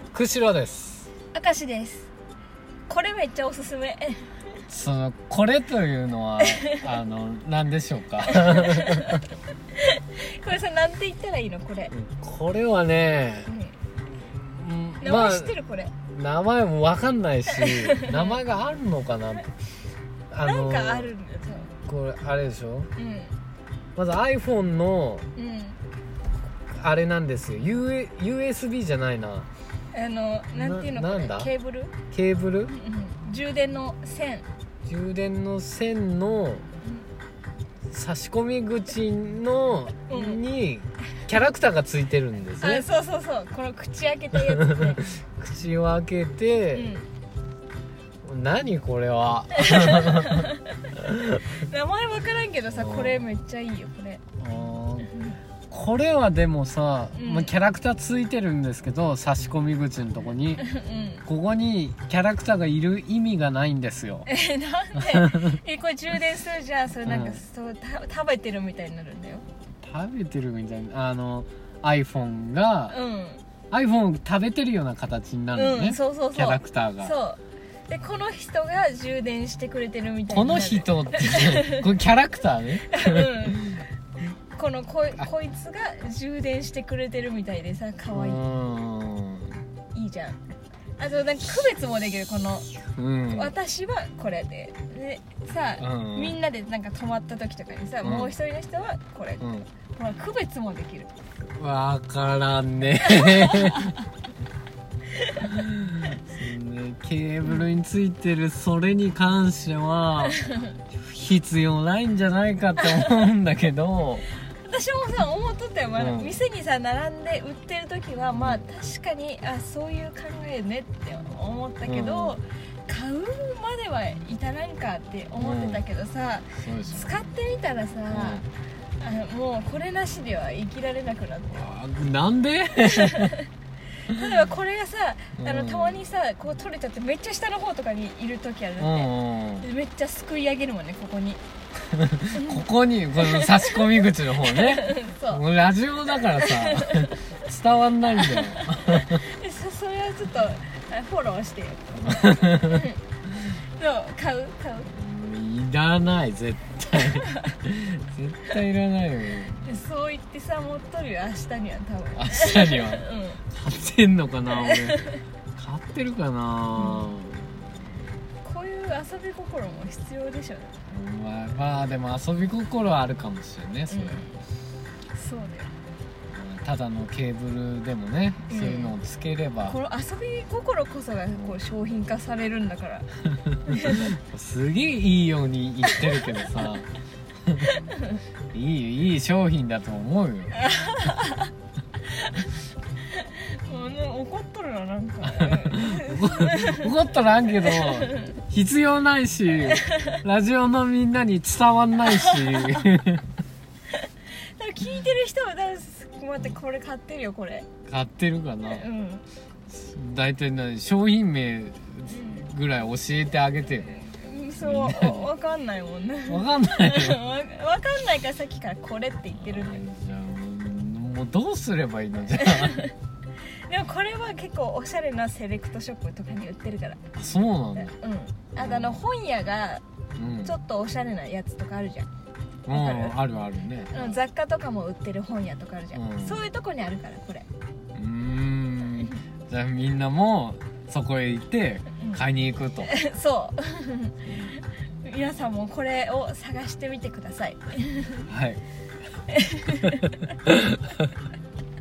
釧路です。 明石です。これめっちゃおすすめ。 これというのは何でしょうか。 これさ、なんて言ったらいいのこれ。 これはね、 名前知ってるこれ。 名前も分かんないし、名前があるのかな。 なんかあるんだよ。 これあれでしょ。 うん。 まず iPhone のうんあれなんですよ。USB じゃないな。 なんていうのこれ。 なんだケーブル？ ケーブル？ 充電の線。 充電の線の差し込み口のにキャラクターがついてるんですね。 あ、そうそうそう。この口開けたやつね。 口を開けて、何これは。 名前分からんけどさ、これめっちゃいいよこれ。 これはでもさ、キャラクターついてるんですけど、差し込み口のとこに、ここにキャラクターがいる意味がないんですよ。 なんで？これ充電するじゃん。それなんか、そう食べてるみたいになるんだよ。 食べてるみたいな、iPhone が、iPhone を食べてるような形になるのね、 そうそうそう、 キャラクターが。 そうで、この人が充電してくれてるみたいな。 この人ってこれキャラクターね。 こいつが充電してくれてるみたいでさ、可愛い。いいじゃん。あとなんか区別もできる。この、私はこれでさ、みんなでなんか泊まった時とかにさ、もう一人の人はこれ、ほら区別もできる。 わからんね。ケーブルについてるそれに関しては必要ないんじゃないかって思うんだけど。 私もさ思っとったよ、店にさ並んで売ってる時はまあ確かにそういう考えねって思ったけど、買うまでは至らんかって思ってたけどさ、使ってみたらさ、もうこれなしでは生きられなくなって。 なんで？ 例えばこれがさ、たまにさこう取れちゃってめっちゃ下の方とかにいる時あるんで、めっちゃすくい上げるもんね、ここに。 ここにこの差し込み口の方ね。もうラジオだからさ伝わんないんだよ。 それはちょっとフォローしてよ。どう？買う？ いらない、絶対。絶対いらないよ。 そう言ってさ持っとるよ、明日には多分。 明日には買ってんのかな、俺。買ってるかな。 こういう遊び心も必要でしょ。 まあでも遊び心はあるかもしれないね、それ。 そうだよ。 ただのケーブルでもね、そういうのをつければ、 この遊び心こそがこう商品化されるんだから。 すげえいいように言ってるけどさ。いい商品だと思うよ。 もう怒っとるな、なんか。 怒っとらんけど必要ないし、ラジオのみんなに伝わんないし。 聞いてる人は待って、これ買ってるよ、これ。 買ってるかな。大体商品名ぐらい教えてあげてよ。 そう、分かんないもんね。 分かんないよ。 分かんないからさっきからこれって言ってるんだよ。 じゃあもうどうすればいいのじゃあ。 でもこれは結構おしゃれなセレクトショップとかに売ってるから。 そうなんだ。 あと本屋がちょっとおしゃれなやつとかあるじゃん。 あるあるね。 雑貨とかも売ってる本屋とかあるじゃん。そういうとこにあるからこれ。 じゃあみんなもそこへ行って買いに行くと。 そう。皆さんもこれを探してみてください。 はい。